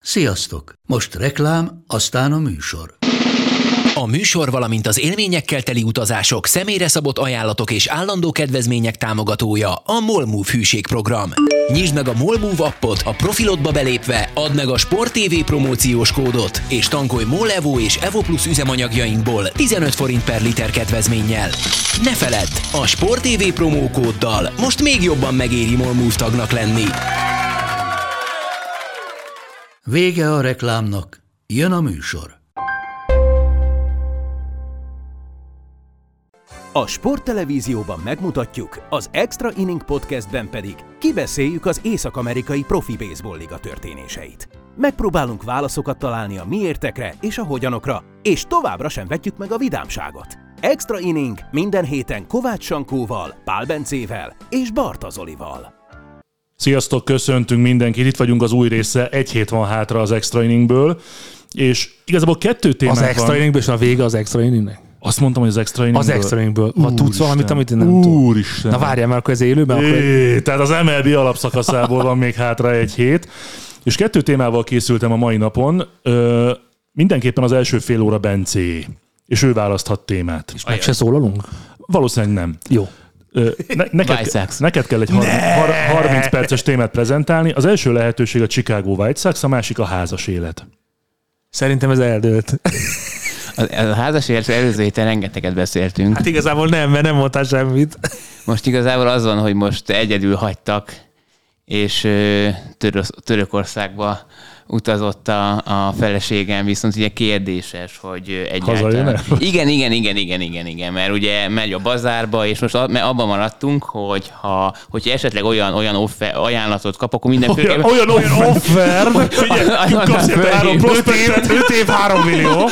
Sziasztok! Most reklám, aztán a műsor. A műsor, valamint az élményekkel teli utazások, személyre szabott ajánlatok és állandó kedvezmények támogatója a MOL Move hűségprogram. Nyisd meg a MOL Move appot, a profilodba belépve, add meg a Sport TV promóciós kódot, és tankolj MOL Evo és Evo Plus üzemanyagjainkból 15 forint per liter kedvezménnyel. Ne feledd, a Sport TV promókóddal most még jobban megéri MOL Move tagnak lenni. Vége a reklámnak, jön a műsor. A sporttelevízióban megmutatjuk, az Extra Inning Podcastben pedig kibeszéljük az észak-amerikai profi baseball liga történéseit. Megpróbálunk válaszokat találni a miértekre és a hogyanokra, és továbbra sem vetjük meg a vidámságot. Extra Inning minden héten Kovács Sankóval, Pál Bencével és Barta Zolival. Sziasztok, köszöntünk mindenkit, itt vagyunk az új része, egy hét van hátra az Extra Inningből, és igazából kettő témánk van. Az Extra Inningből, és a vége az Extra Inningnek? Azt mondtam, hogy az Extra Inningből. Az Extra Inningből. Ha tudsz valamit, amit én nem tudom. Úristen. Na várjál, mert akkor ez élőben. Tehát az MLB alapszakaszából van még hátra egy hét, és kettő témával készültem a mai napon. Mindenképpen az első fél óra Bencé, és ő témát. És meg se szólalunk? Valószínűleg nem. Jó. Neked kell egy 30 perces témát prezentálni. Az első lehetőség a Chicago White Sox, a másik a házas élet. Szerintem ez eldőlt. A házas életről előző héten rengeteget beszéltünk. Hát igazából nem, mert nem mondtál semmit. Most igazából az van, hogy most egyedül hagytak, és Törökországba utazott a feleségem, viszont ugye kérdéses, hogy egyáltalán... Igen, mert ugye megy a bazárba, és most abban maradtunk, hogy hogyha esetleg olyan ajánlatot kap, akkor mindenféleképpen... Olyan offer! Figyelj, kapsz 3 prospektet, 5 év 3 millió.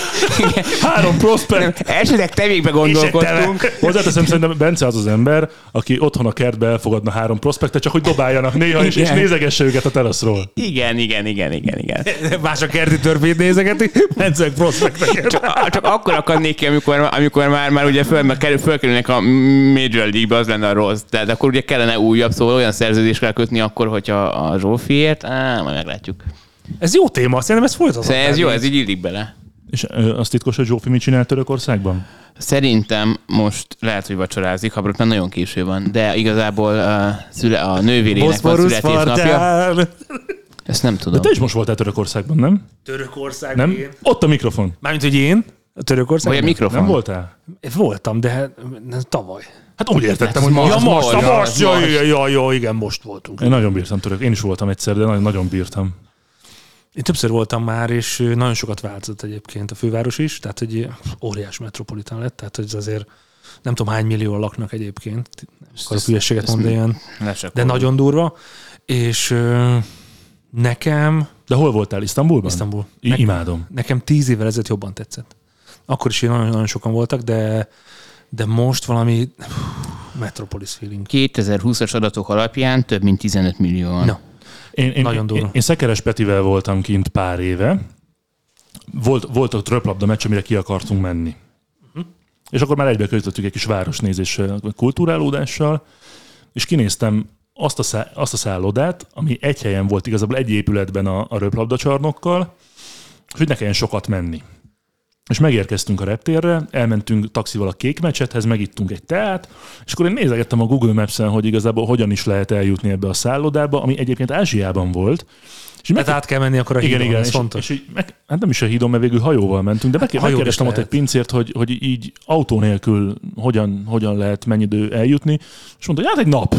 3 prospekt. Esetleg tevékbe gondolkodtunk. Hozzáteszem, szerintem Bence az ember, aki otthon a kertbe elfogadna 3 prospektet, csak hogy dobáljanak néha is, és nézegesse őket a teraszról. Igen. Más a kerti törvét nézegeti, Bencek prospekteket. Csak akkor akadnék ki, amikor már ugye fölkerülnek a Major League-be, az lenne a rossz. Tehát akkor ugye kellene újabb, szóval olyan szerződést kell kötni akkor, hogyha a Zsófiért, majd meglátjuk. Ez jó téma, szerintem ez folytatott. Ez jó, ez így illik bele. És azt titkos, hogy Zsófi mit csinál Törökországban? Szerintem most lehet, hogy vacsorázik, ha már nagyon késő van, de igazából a nővérének van születésnapja. Ezt nem tudom. De te is most voltál Törökországban, nem? Törökországban? Nem? Ott a mikrofon. Mármint, hogy én? A Törökországban? Vagy a mikrofon? Nem voltál? Voltam, de tavaly. Hát úgy értettem, hogy most. Ja, igen, most voltunk. Én nagyon bírtam Én is voltam egyszer, de nagyon bírtam. Én többször voltam már, és nagyon sokat változott egyébként a főváros is, tehát hogy óriás metropolitán lett, tehát hogy azért nem tudom hány millióan laknak egyébként, akkor a hülyeséget mondani ilyen, de nagyon durva, és nekem... De hol voltál? Isztambulban? Isztambul. Imádom. Nekem 10 évvel ezelőtt jobban tetszett. Akkor is nagyon sokan voltak, de most valami metropolis feeling. 2020-as adatok alapján több mint 15 millióan. No. Nagyon durva. Én Szekeres Petivel voltam kint pár éve. Volt a röplabda meccs, amire ki akartunk menni. És akkor már egybe közöttük egy kis városnézéssel, kulturálódással, és kinéztem azt a szállodát, ami egy helyen volt igazából egy épületben a röplabdacsarnokkal, és hogy ne kelljen sokat menni. És megérkeztünk a reptérre, elmentünk taxival a Kék Mecsethez, megittunk egy teát, és akkor én nézegettem a Google Maps-en, hogy igazából hogyan is lehet eljutni ebbe a szállodába, ami egyébként Ázsiában volt. És hát át kell menni akkor a hídon, ez fontos. És hát nem is a hídon, mert végül hajóval mentünk, de megkérdeztem ott egy pincért, hogy így autó nélkül hogyan lehet mennyi idő eljutni, és mondta, hogy hát egy nap.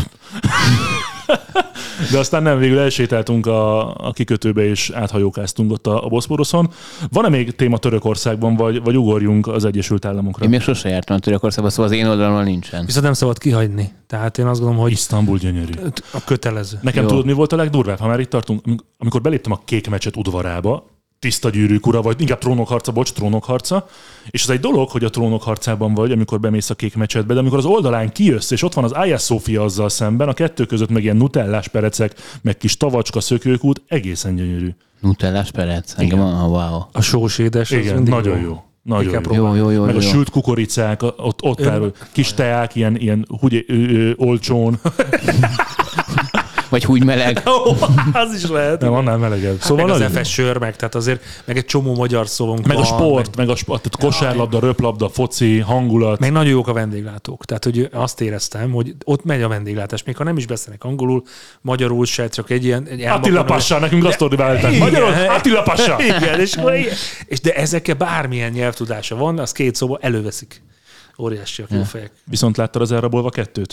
De aztán nem, végül elsétáltunk a kikötőbe, és áthajókáztunk ott a Boszporoszon. Van-e még téma Törökországban, vagy ugorjunk az Egyesült Államokra? Én még sose jártam a Törökországba, szóval az én oldalon nincsen. Viszont nem szabad kihagyni. Tehát én azt gondolom, hogy... Isztambul gyönyörű. A kötelező. Nekem tudod, mi volt a legdurvább, ha már itt tartunk? Amikor beléptem a Kék Mecset udvarába, tiszta gyűrűk ura, vagy inkább trónokharca, és az egy dolog, hogy a Trónok harcában vagy, amikor bemész a Kék Mecsetbe, de amikor az oldalán kijössz, és ott van az Hagia Sophia azzal szemben, a kettő között meg ilyen nutellás perecek, meg kis tavacska szökőkút, egészen gyönyörű. Nutellás perec? Engem wow. A sós édes. Igen, nagyon jó. Nagyon jó. Meg a sült kukoricák, ott kis teák, ilyen olcsón. Vagy húgymeleg. Az is lehet. Nem, annál melegebb. Szóval meg az FS sör, meg, tehát azért meg egy csomó magyar szavunk meg van. A sport, meg a tehát kosárlabda, röplabda, foci, hangulat. Meg nagyon jók a vendéglátók. Tehát, hogy azt éreztem, hogy ott megy a vendéglátás, még ha nem is beszélnek angolul, magyarul se, csak egy ilyen... Attila Passa, nekünk azt ordiválták. Magyarul Attila Passa. Igen, és de ezekkel bármilyen nyelvtudása van, az 2 szóba előveszik. Óriásiak jó fejek. Viszont láttad az Elrabolva 2-t?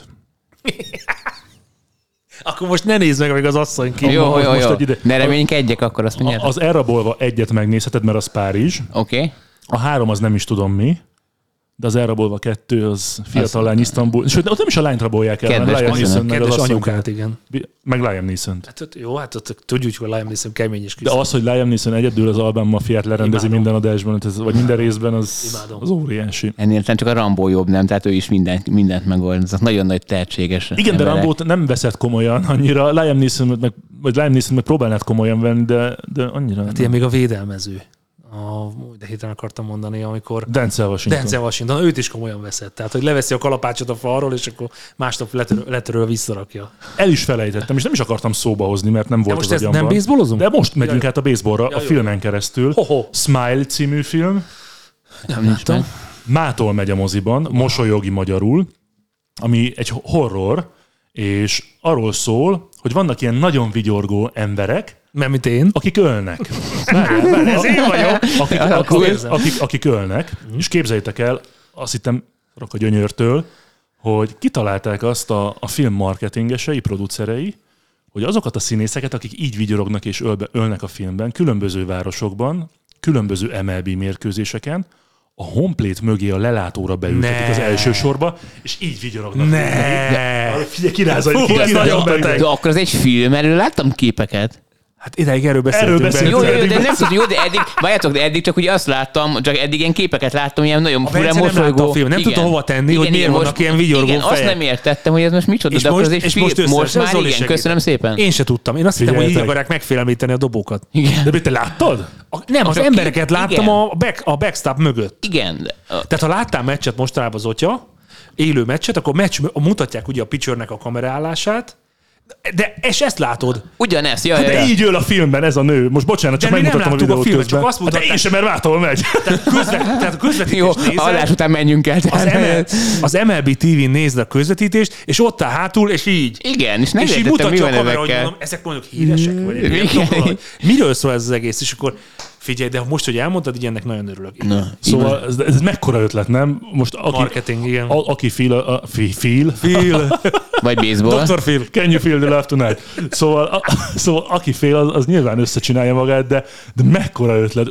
Akkor most ne nézd meg az asszony ki. Jó. Ne reménykedjek, akkor azt mondja. Az Elrabolva 1-et megnézheted, mert az Párizs. Oké. A 3 az nem is tudom mi. De az Elrabolva 2 az fiatal lány Isztambul. Sőt, ott nem is a lányt rabolják el, hanem Liam Neeson meg az anyukát, igen. Meg Liam Neeson-t. Hát jó, hát ott tudjuk, hogy Liam Neeson kemény és kis. De az, hogy Liam Neeson egyedül az Albán Mafiát lerendezi minden adásban, vagy minden részben, az óriási. Ennél csak a Rambo jobb, nem? Tehát ő is mindent megold. Ez nagyon nagy tehetséges. Igen, de Rambót nem veszed komolyan annyira. Liam Neeson meg próbálnád komolyan venni, de annyira. Hát ilyen még a védelmező. De hirtelen akartam mondani, amikor... Denzel Washington, őt is komolyan veszett. Tehát, hogy leveszi a kalapácsot a falról, és akkor másnap letöröl visszarakja. El is felejtettem, és nem is akartam szóba hozni, mert nem volt most az agyamban. Nem baseballozunk? De most megyünk át a baseballra, a filmen keresztül. Smile című film. Nem látom. Mától megy a moziban, mosolyogi magyarul, ami egy horror, és arról szól, hogy vannak ilyen nagyon vigyorgó emberek, mert mint én. Akik ölnek. Várjál, ez én vagyok. Akik ölnek, és képzeljétek el, azt hittem a Gyönyörtől, hogy kitalálták azt a film marketingesei, producerei, hogy azokat a színészeket, akik így vigyorognak és ölnek a filmben, különböző városokban, különböző MLB mérkőzéseken, a honplate mögé a lelátóra beültetik az első sorba, és így vigyorognak. Figyelj, kirázza. De akkor az egy film, erről láttam képeket. Hát ideig erről beszéltünk. Jó, de nem tudom, de eddig csak ugye azt láttam, csak eddig ilyen képeket láttam, ilyen nagyon fura mosolygó. Nem tudta hova tenni, hogy miért vannak ilyen vigyorgó fejek. Azt nem értettem, hogy ez most micsoda, de akkor ez egy film. Most már igen, köszönöm szépen. Én se tudtam. Én azt hittem, hogy így akarják megfélemlíteni a dobókat. De te láttad? Nem, az embereket láttam a backstop mögött. Igen. Tehát ha láttál meccset mostanában az Otya, élő meccset, akkor mutatják ugye a pitchernek a kameraállását, és ezt látod. Ugyanezt, de így öl a filmben ez a nő. Most bocsánat, csak megmutattam a videót filmet, közben. Csak azt mutatták, de én sem, mert Mától megy. Tehát a közvetítést nézed. Adás után menjünk el. Az MLB TV-n nézd a közvetítést, és ott áll hátul, és így. Igen, és nem így mutatja a kamera, hogy mondom, ezek mondjuk híresek, vagy miről szól ez az egész, és akkor figyelj, de most, hogy elmondtad, így ennek nagyon örülök. Szóval ez mekkora ötlet, nem? Most marketing, igen. Aki Phil. Vagy baseball. Dr. Phil, can you feel the love tonight? Szóval aki fél, az nyilván összecsinálja magát, de mekkora ötlet.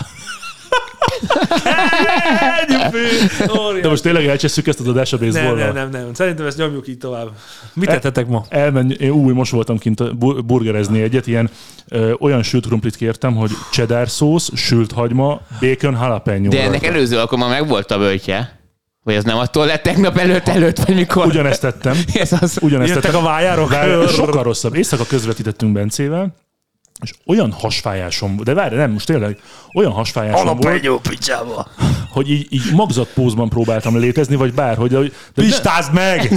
De most tényleg elcsesszük ezt az adást a baseballra? Nem. Szerintem ezt nyomjuk így tovább. Mit tettetek ma? Én most voltam kint burgerezni egyet, olyan sült krumplit kértem, hogy cheddar szósz, sült hagyma, bacon, jalapeno. De ennek előző alkalommal meg volt a böltje. Vagy az nem attól lett tegnap előtt, vagy mikor? Ugyanezt tettem. Jöttek a vájárok? Sokkal rosszabb. Éjszaka közvetítettünk Bencével, és olyan hasfájásom, de várj, nem, most tényleg, olyan hasfájásom volt, hogy így magzatpózban próbáltam létezni, vagy bárhogy. Pistázd meg!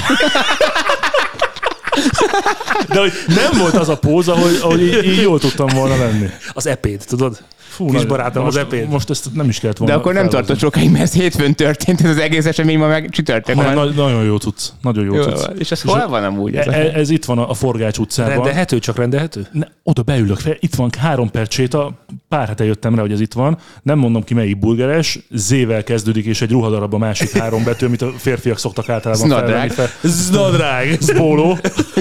De hogy nem volt az a póza, hogy így jól tudtam volna lenni. Az epéd, tudod? Kis barátom, az epéd. Most ezt nem is kellett volna. De akkor nem tartott sokáig, mert hétfőn történt ez az egész esemény, ma meg csütörtök. Nagyon jó tudsz. Nagyon jó tudsz. És ez hol van amúgy? Ez itt van a Forgács utcában. Rendelhető? Oda beülök fel. Itt van 3 perc séta. Pár hete jöttem rá, hogy ez itt van. Nem mondom ki, melyik burgeres. Z-vel kezdődik, és egy ruhadarab a másik 3 betű, amit a férfiak szoktak általában felvenni fel. Znadrág. Zbóló.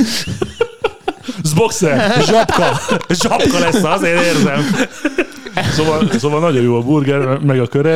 Zboxer. Zsapka lesz az, én érzem. Szóval nagyon jó a burger, meg a köret.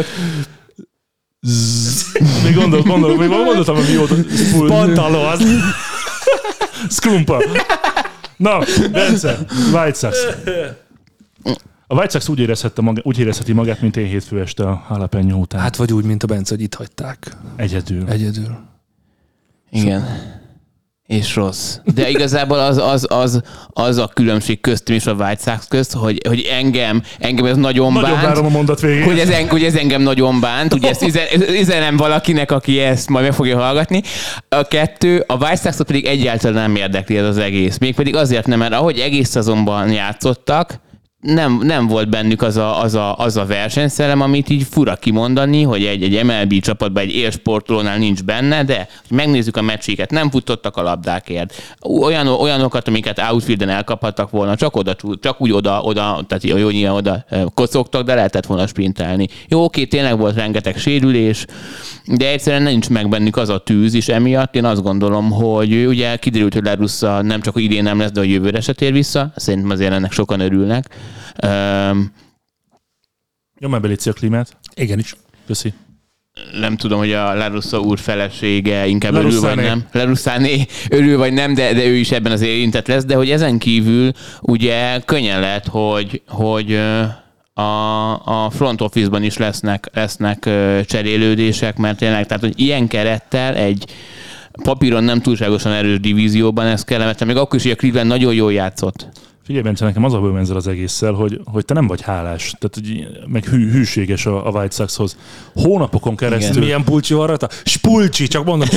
Még gondoltam, hogy jó. Pantaló az. Skrumpa. Na, Bence, White Sox. A White Sox úgy érezheti magát, mint én hétfő este a jalapeno után. Hát vagy úgy, mint a Bence, hogy itt hagyták. Egyedül. Egyedül. Igen. és rossz. De igazából az a különbség köztünk és a White Sox közt, hogy engem ez nagyon bánt. Nagyon várom a mondat végén. Hogy ez engem nagyon bánt. Ugye ezt üzenem valakinek, aki ezt majd meg fogja hallgatni. A White Soxot pedig egyáltalán nem érdekli ez az egész. Mégpedig azért nem, mert ahogy egész szezonban játszottak, nem volt bennük az a versenyszellem, amit így fura kimondani, hogy egy MLB csapatban egy élsportolónál nincs benne, de megnézzük a meccséket, nem futottak a labdákért. Olyanokat, amiket outfielden elkaphattak volna, csak úgy oda, tehát jó, nyilván oda kocogtak, de lehetett volna sprintelni. Jó, oké, tényleg volt rengeteg sérülés, de egyszerűen nincs meg bennük az a tűz, és emiatt én azt gondolom, hogy ugye kiderült, hogy La Russa nem csak idén nem lesz, de a jövőre se tér vissza. Szerintem azért ennek sokan örülnek. Jó, már beléci a klímát. Igenis. Köszi. Nem tudom, hogy a La Russa úr felesége inkább örül vagy nem. La Russáné örül vagy nem, de ő is ebben az érintett lesz. De hogy ezen kívül ugye könnyen lehet, hogy a front office-ban is lesznek cserélődések, mert tényleg, tehát hogy ilyen kerettel egy papíron nem túlságosan erős divízióban ez kellemetlen, még akkor is, hogy a Cleveland nagyon jól játszott. Figyelj, Bence, nekem az a bőven ezzel az egésszel, hogy te nem vagy hálás, tehát meg hűséges a White Soxhoz. Hónapokon keresztül... Igen. Milyen pulcsi van rajta? Spulcsi, csak mondom.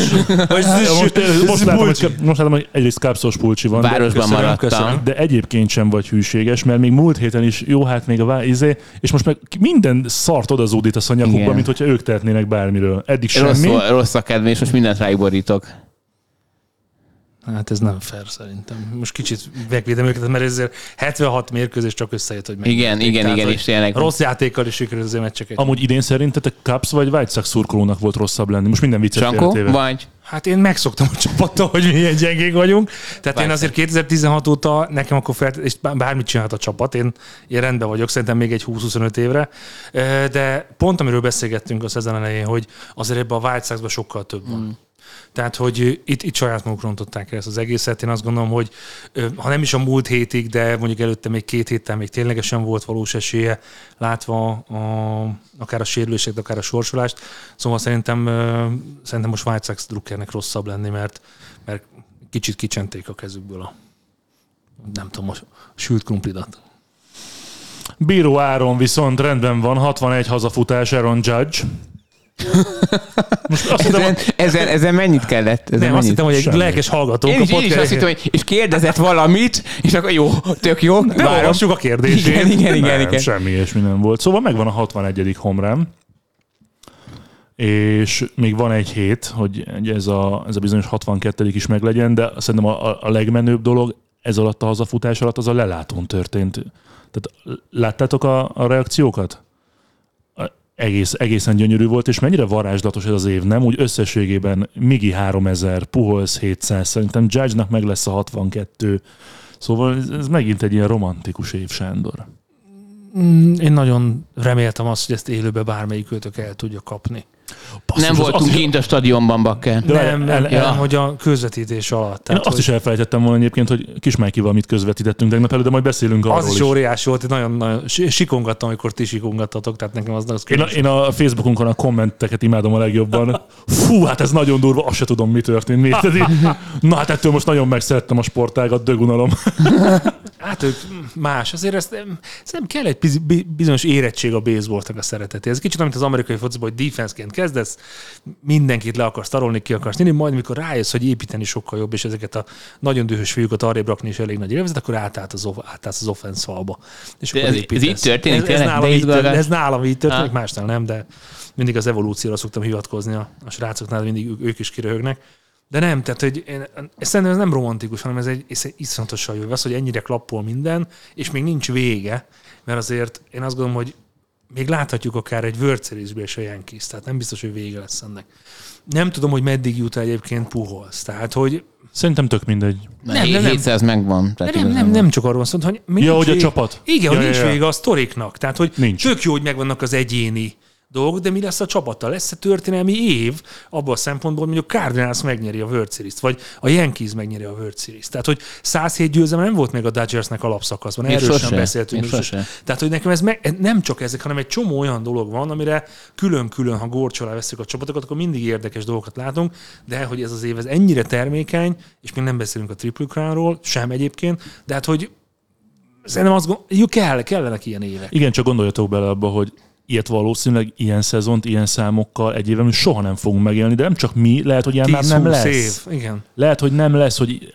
Most látom, hogy egyrészt kápszós pulcsi van. Városban maradtam. De egyébként sem vagy hűséges, mert még múlt héten is jó, hát még és most meg minden szart odazúdítasz a nyakukba, mint hogyha ők tehetnének bármiről. Eddig semmi. Rossz a kedve, és most mindent rájuk borítok. Hát ez nem fair szerintem. Most kicsit megvédem őket, mert ezért 76 mérkőzés csak összejött, hogy igen, és tényleg. Rossz játékkal is sikerült az meccseket. Amúgy idén szerintetek Cubs vagy White Sox szurkolónak volt rosszabb lenni? Most minden viccet félretéve. Vagy? Hát én megszoktam a csapattal, hogy milyen gyengék vagyunk. Tehát én azért 2016 óta nekem akkor és bármit csinálhat a csapat, én rendben vagyok, szerintem még egy 20-25 évre. De pont amiről beszélgettünk a szezon elején, hogy azért ebben a White Soxban sokkal több van. Tehát, hogy itt saját maguk rontották el ezt az egészet. Én azt gondolom, hogy ha nem is a múlt hétig, de mondjuk előtte még 2 héttel még ténylegesen volt valós esélye, látva akár a sérüléseket, akár a sorsolást. Szóval szerintem most White Sox drukkernek rosszabb lenni, mert kicsit kicsenték a kezükből nem tudom, a sült krumplidat. Bíró áron viszont rendben van, 61 hazafutás Aaron Judge. Most ezen mennyit kellett? Azt hittem, hogy egy lelkes hallgatónk a podcast. Én is azt hittem, hogy és kérdezett valamit, és akkor jó, tök jó. De olvassuk a kérdését. Igen. Semmi ilyesmi nem volt. Szóval megvan a 61. home run, és még van egy hét, hogy ez a bizonyos 62. is meglegyen, de szerintem a legmenőbb dolog ez alatt a hazafutás alatt az a lelátón történt. Tehát láttátok a reakciókat? Egészen gyönyörű volt, és mennyire varázslatos ez az év, nem? Úgy összességében Migi 3000, Pujols 700, szerintem Judge-nak meg lesz a 62. Szóval ez megint egy ilyen romantikus év, Sándor. Én nagyon reméltem azt, hogy ezt élőben bármelyikőtök el tudja kapni. Basszus, nem voltunk kint a stadionban, Bakker. Nem, hogy a közvetítés alatt. Tehát, azt is elfelejtettem volna egyébként, hogy Kismájkival mit közvetítettünk tegnap előtt, de majd beszélünk arról is. Az is óriás volt, nagyon sikongattam, amikor ti sikongattatok, tehát nekem az én a Facebookunkon a kommenteket imádom a legjobban. Fú, hát ez nagyon durva, azt se tudom, mi történt. Na hát ettől most nagyon megszerettem a sportágat, dögunalom. Hát ők más. Azért ez nem kell egy bizonyos érettség a baseballnak a szereteté. Ez kicsit, mint az amerikai focizban, hogy defenseként kezdesz, mindenkit le akarsz tarolni, ki akarsz nyitni, majd mikor rájössz, hogy építeni sokkal jobb, és ezeket a nagyon dühös fiúkat arrébb rakni is elég nagy élvezet, akkor átállsz az offense falba. És ez így történik? Ez nálam így történik, másnál nem, de mindig az evolúcióra szoktam hivatkozni a srácoknál, mindig ők is kiröhögnek. De nem, tehát hogy szerintem ez nem romantikus, hanem ez egy iszonyatosan jó. Az, hogy ennyire klappol minden, és még nincs vége, mert azért én azt gondolom, hogy még láthatjuk akár egy World Series-ből is a Yankees, tehát nem biztos, hogy vége lesz ennek. Nem tudom, hogy meddig jut egyébként Pujols, tehát hogy... Szerintem tök mindegy. Nem. 700 megvan. Nem csak arról szóval, hogy hogy a csapat. Igen, hogy nincs vége a sztoriknak, tehát hogy nincs. Tök jó, hogy megvannak az egyéni dolgok, de mi lesz a csapattal? Lesz-e történelmi év abban a szempontból, hogy mondjuk Cardinals megnyeri a World Series-t, vagy a Yankees megnyeri a World Series-t. Tehát, hogy 107 győzelem nem volt még a Dodgersnek alapszakaszban. Erről sem beszéltünk. Tehát, hogy nekem ez nem csak ezek, hanem egy csomó olyan dolog van, amire külön-külön, ha górcsol alá veszük a csapatokat, akkor mindig érdekes dolgokat látunk, de hogy ez az év ez ennyire termékeny, és még nem beszélünk a Triple Crownról, sem egyébként, de hát, hogy szerintem azt kellenek ilyen évek. Igen, csak gondoljatok bele abba, hogy ilyet valószínűleg ilyen szezont, ilyen számokkal egy évben soha nem fogunk megélni, de nem csak mi, lehet, hogy ilyen már nem lesz. Év. Igen. Lehet, hogy nem lesz, hogy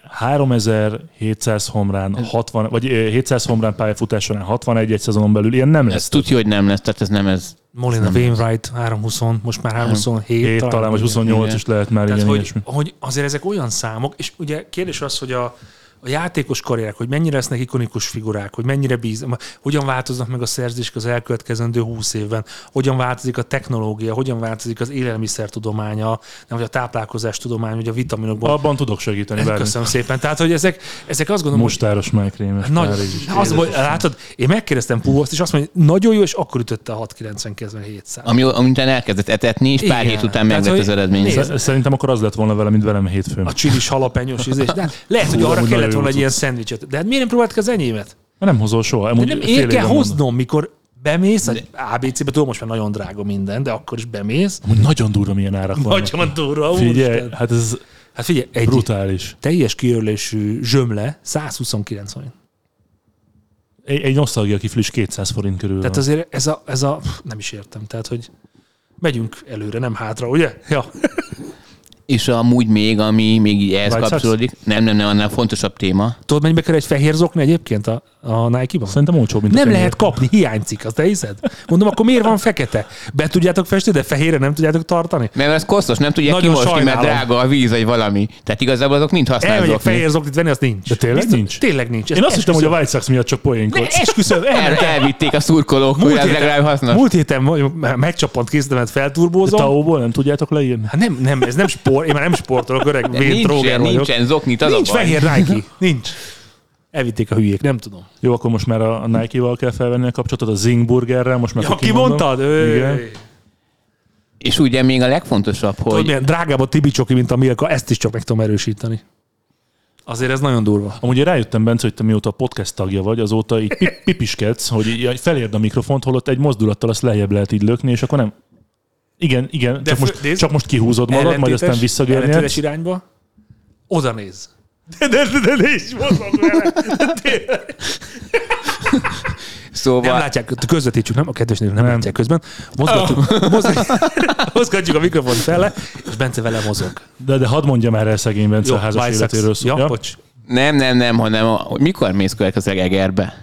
3700 homrán, 60, vagy 700 homrán pályafutás során 61 egy szezonon belül, ilyen nem lesz. Tudja, hogy nem lesz, tehát ez nem ez. Molina Wainwright 320, most már 327 talán vagy 28 is lehet már. Tehát, ilyen hogy azért ezek olyan számok, és ugye kérdés az, hogy a játékos karrierek, hogy mennyire lesznek ikonikus figurák, hogy mennyire hogyan változnak meg a szerződések az elkövetkezendő 20 évben, hogyan változik a technológia, hogyan változik az élelmiszertudománya, nem vagy a táplálkozás tudomány, vagy a vitaminokban. Abban tudok segíteni. Köszönöm szépen. Tehát, hogy ezek azt gondolom... Mustáros májkrémes. Látod, én megkérdeztem Puholzt, és azt mondja, hogy nagyon jó, és akkor ütötte a 6,90 kezdve 700. Amint elkezdett etetni, és pár hét után megvett az eredmény. Szerintem akkor az lett volna vele, mint velem hétfőn. A csilis halapenyos ízés. De lehet, hogy arra kellett volna egy ilyen szendvicset. De hát miért nem próbáltad az enyémet? Nem hozol soha. Én kell hoznom, mikor bemész, az ABC-be, tudom, most már nagyon drága minden, de akkor is bemész. Nagyon durva milyen árak vannak. Nagyon durva. Figyelj, hát figyelj, egy brutális. Teljes kiörlésű zsömle 129 forint. Egy nosztalgia kiflis 200 forint körül. Tehát azért ez a nem is értem. Tehát, hogy megyünk előre, nem hátra, ugye? Ja. És amúgy még, ami még így ehhez kapcsolódik. Nem, annál fontosabb téma. Tudod, mennyibe kerül egy fehér zokni egyébként a Nike-ban? Szerintem olcsóbb, mint nem lehet kapni, hiányzik, azt te hiszed? Mondom, akkor miért van fekete? Be tudjátok festeni, de fehérre nem tudjátok tartani? Mert ez kosztos, nem tudják kimosni, mert drága a víz, vagy valami. Tehát igazából azok mind használnak. Elmegyek fehér zoknit venni, azt nincs. De tényleg nincs? Tényleg nincs. Én azt hittem, hogy a White Sox miatt csak poénkodsz. Esküszöm, elvitték a szurkolók, hogy ez legalább hasznos. Múlt héten megcsapant készítemet felturbózom. Tao-ból nem tudjátok leírni? Hát nem, ez nem sport, én már nem sportolok, öreg véntróger vagyok. Nincsen zoknit, az nincs fehér Nike, nincs. Elvitték a hülyék, nem tudom. Jó, akkor most már a Nike-val kell felvenni a kapcsolatot, a Zing Burgerrel. Most már kimondtad? Igen. És ugye még a legfontosabb, hogy... Tudod, milyen drágább a Tibi csoki, mint a Milka, ezt is csak meg tudom erősíteni. Azért ez nagyon durva. Amúgy rájöttem, Bence, hogy te mióta a podcast tagja vagy, azóta így pipiskedsz, hogy így felérd a mikrofont, holott egy mozdulattal azt lejjebb lehet így lökni, és akkor nem... Igen, csak most kihúzod magad, majd aztán visszagörnyedsz. Ellentétes irányba. Oda nézz. De nézd, mozog vele. Szóval... Nem látják, közvetítsük, nem? A kedves nézők nem látják közben. Mozgatjuk a mikrofont fele, és Bence vele mozog. De hadd mondja már el szegény Bence a házas életéről szól. Ja, bocs. Nem, hanem mikor mész következőleg Egerbe?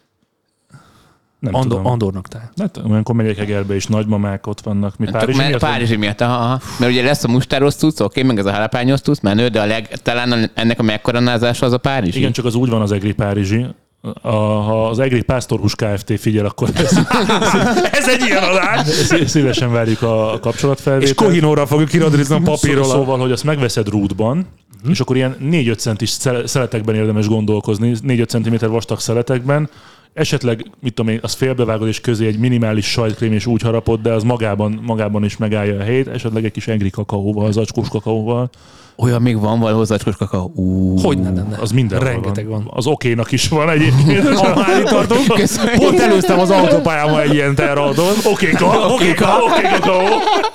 Andornak te. Hát olyankor megyek Egerbe is, nagymamák ott vannak. Mi Párizsi miatt, mert ugye lesz a mustáros cucc, oké, meg ez a halapányos cucc, menő, de talán ennek a megkoronázása az a párizsi. Igen, csak az úgy van az egri párizsi. Ha az Egri Pásztorhús Kft. Figyel, akkor ez egy ilyen adás. Szívesen várjuk a kapcsolatfelvételt. És Kohinoorral fogjuk kiradrizni a papírról. Szóval, hogy azt megveszed rútban, és akkor ilyen 4-5 centis szeletekben érdemes gondolkozni, 4-5 cm vastag szeletekben, esetleg, mit tudom én, az félbevágod és közé egy minimális sajtkrém és úgy harapod, de az magában is megállja a helyét, esetleg egy kis egri kakaóval, zacskós kakaóval. Olyan még van valahol zacskós kakaó? Hogy ne. Az mindenhol rengeteg van. Az okénak is van egyébként. Pont előztem az autópályámmal egy ilyen terradon. Oké kakaó.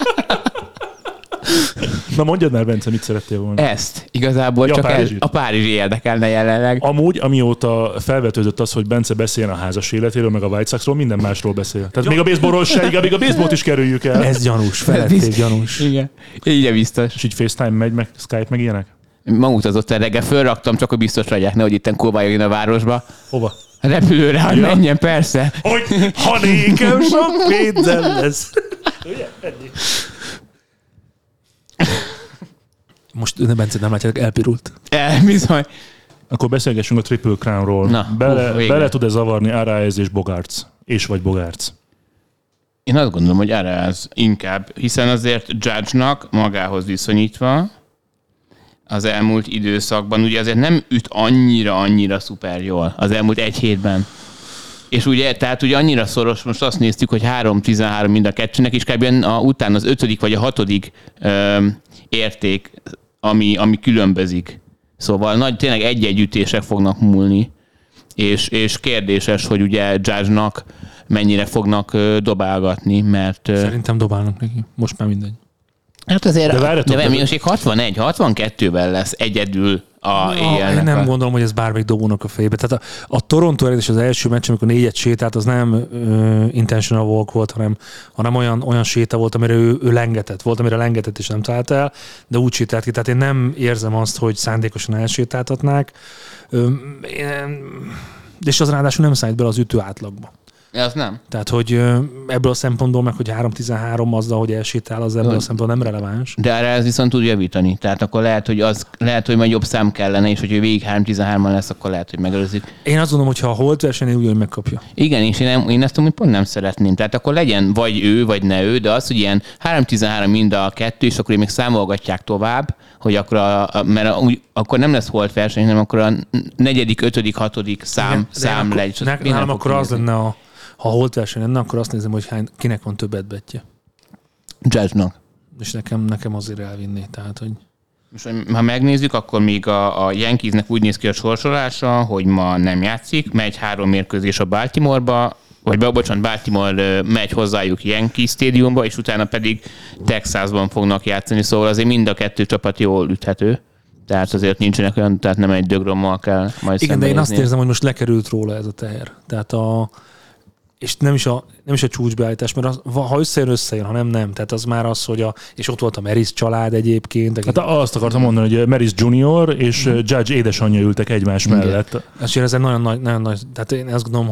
Na mondjad már, Bence, mit szerettél volna? Ezt. Igazából csak a párizsi érdekelne jelenleg. Amúgy, amióta felvetődött az, hogy Bence beszéljen a házas életéről, meg a White Soxról, minden másról beszél. Tehát még a baseballról se, még a baseballt is kerüljük el. Ez gyanús, felették gyanús. Igen. Így biztos. És így FaceTime megy, meg Skype, meg ilyenek? Ma utazott el reggel, fölraktam, csak hogy biztos legyek, nehogy itten kóbáljon a városba. Hova? A repülőre, hogy menjen, persze. Hogy ha nékem sok pénzem lesz. Ugye? Eddig. Most Bence nem látjátok, elpirult. Bizony. Akkor beszélgessünk a Triple Crownról. Bele tud-e zavarni Arraez és Bogaerts? És vagy Bogaerts? Én azt gondolom, hogy Arraez inkább, hiszen azért Judge-nak magához viszonyítva az elmúlt időszakban ugye azért nem üt annyira szuper jól az elmúlt egy hétben. És ugye, tehát ugye annyira szoros, most azt néztük, hogy 3-13 mind a kettőnek, és kb. Utána az 5. vagy a 6. érték, ami különbözik. Szóval tényleg egy-egy ütések fognak múlni, és kérdéses, hogy ugye Judge-nak mennyire fognak dobálgatni, mert... Szerintem dobálnak neki. Most már mindegy. Hát azért, de minőség 61-62-vel lesz egyedül én nem gondolom, hogy ez bármelyik dobónak a fejébe. Tehát a Toronto eredés az első meccs, amikor 4-et sétált, az nem intentional walk volt, hanem olyan séta volt, amire ő lengetett. Volt, amire lengetett és nem talált el, de úgy sétált ki. Tehát én nem érzem azt, hogy szándékosan elsétáltatnák. És az ráadásul nem számít bele az ütő átlagba. Az nem. Tehát, hogy ebből a szempontból meg, hogy 3-13 azzal, hogy elsétál, az ebből a szempontból nem releváns. De erre ez viszont tud javítani. Tehát akkor lehet, hogy majd jobb szám kellene, és hogy végig 3-13-an lesz, akkor lehet, hogy megelőzik. Én azt gondolom, hogy ha a holt versenyen úgy, hogy megkapja. Igen, és én ezt amúgy pont nem szeretném. Tehát akkor legyen vagy ő, vagy ne ő, de az, hogy ilyen 3-13 mind a kettő, és akkor még számolgatják tovább, hogy mert akkor nem lesz holt verseny, hanem akkor a 4., 5., 6. szám legy. Nálam akkor az lenne, ha holt verseny lenne, akkor azt nézem, hogy kinek van többet betje. Judge-nak. És nekem azért elvinni. Tehát, hogy... Most, ha megnézzük, akkor még a Yankeesnek úgy néz ki a sorsolása, hogy ma nem játszik, megy 3 mérkőzés a Baltimore-ba, Baltimore megy hozzájuk Yankee Stadiumba, és utána pedig Texasban fognak játszani, szóval azért mind a kettő csapat jól üthető. Tehát azért nincsenek olyan, tehát nem egy dögrommal kell majd igen, de én azt érzem, hogy most lekerült róla ez a teher. Tehát és nem is a csúcsbeállítás, mert ha összejön, ha nem. Tehát az már az, hogy és ott volt a Maris család egyébként. Hát azt akartam mondani, hogy Maris Junior és Judge édesanyja ültek egymás mellett. És ez egy nagyon nagy, tehát én azt gondolom,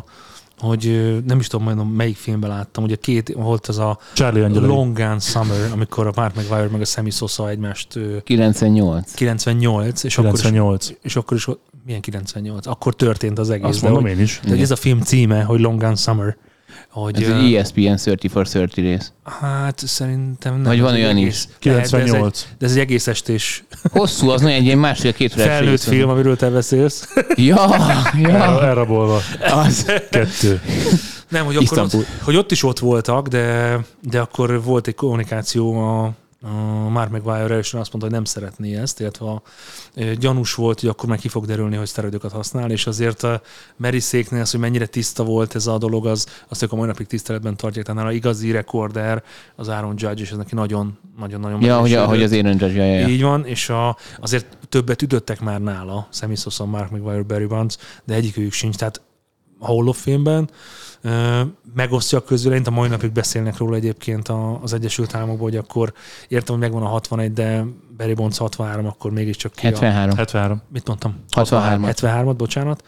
hogy nem is tudom, melyik filmben láttam, ugye volt az a Long Gun Summer, amikor a Mark McGwire meg a Sammy Sosa egymást... 98. 98. És akkor is milyen 98? Akkor történt az egész. Azt mondom én is. De ez a film címe, hogy Long Gun Summer. Hogy, ez egy ESPN 30 for 30 rész. Hát szerintem nem. Vagy van olyan is. 98. De ez egy egész estés. Hosszú, az nagyon egy másfél-két órás felnőtt film, amiről te beszélsz. Ja. Elrabolva. Az. 2. Nem, hogy ott is ott voltak, de akkor volt egy kommunikáció a Mark McGwire és azt mondta, hogy nem szeretné ezt, illetve gyanús volt, hogy akkor már ki fog derülni, hogy szteroidokat használ, és azért a Mariséknél az, hogy mennyire tiszta volt ez a dolog, azt ők a mai napig tiszteletben tartják, tehát a igazi rekorder az Aaron Judge, és ez neki nagyon-nagyon ja, hogy az Aaron Judge, ja. Így van, és azért többet ütöttek már nála, Sammy Sosa, Mark McGwire, Barry Bonds, de egyikőjük sincs, tehát a Hall of Fame-ben megosztja a közvéleményt, a mai napig beszélnek róla egyébként az Egyesült Államokban, hogy akkor értem, hogy megvan a 61, de Barry Bonds 63, akkor mégiscsak ki 73. Mit mondtam? 73-at, bocsánat.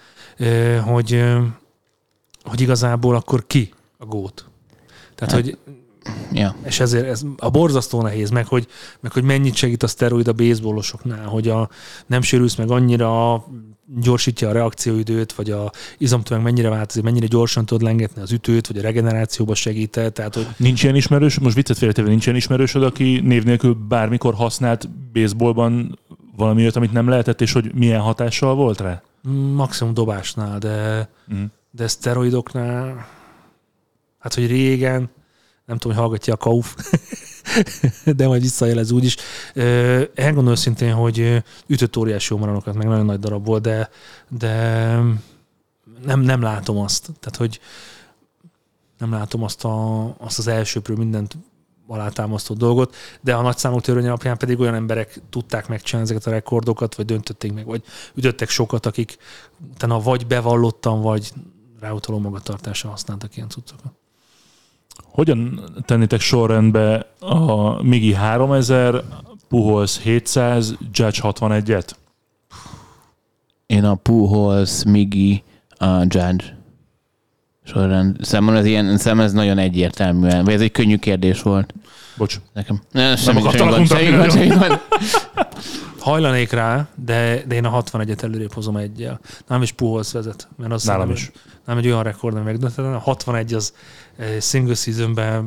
Hogy igazából akkor ki a GOAT? Tehát, hogy és ezért ez a borzasztó nehéz, meg hogy mennyit segít a szteroid a baseballosoknál, hogy nem sérülsz meg annyira, gyorsítja a reakcióidőt, vagy a izomtömeg mennyire változik, mennyire gyorsan tudod lengetni az ütőt, vagy a regenerációba segít. Tehát, hogy... Nincs ilyen ismerős, most viccet félretéve, nincs ilyen ismerősöd, aki név nélkül bármikor használt baseballban valamiért, amit nem lehetett, és hogy milyen hatással volt rá? Maximum dobásnál, de szteroidoknál, hát hogy régen, nem tudom, hogy hallgatja a Kauf, de majd visszajelez úgyis. Elgondolom őszintén, hogy ütött óriási homaronokat, meg nagyon nagy darab volt, de nem látom azt. Tehát, hogy nem látom azt az elsőprő mindent alátámasztó dolgot, de a nagyszámok törvény alapján pedig olyan emberek tudták megcsinálni ezeket a rekordokat, vagy döntötték meg, vagy ütöttek sokat, akik utána vagy bevallottan, vagy ráutaló magatartásra használtak ilyen cuccokat. Hogyan tennétek sorrendbe a Migi 3000, Pujols 700, Judge 61-et? Én a Pujols, Migi, a Judge sorrend. Számomra ez nagyon egyértelműen, vagy ez egy könnyű kérdés volt. Bocs. Nekem. Semmi gond. Hajlanék rá, de én a 61-et előrébb hozom egyel. Nem is Pujols vezet. Mert az nálam is. Nem egy olyan rekord, ami megdöntetlen. A 61 az single seasonben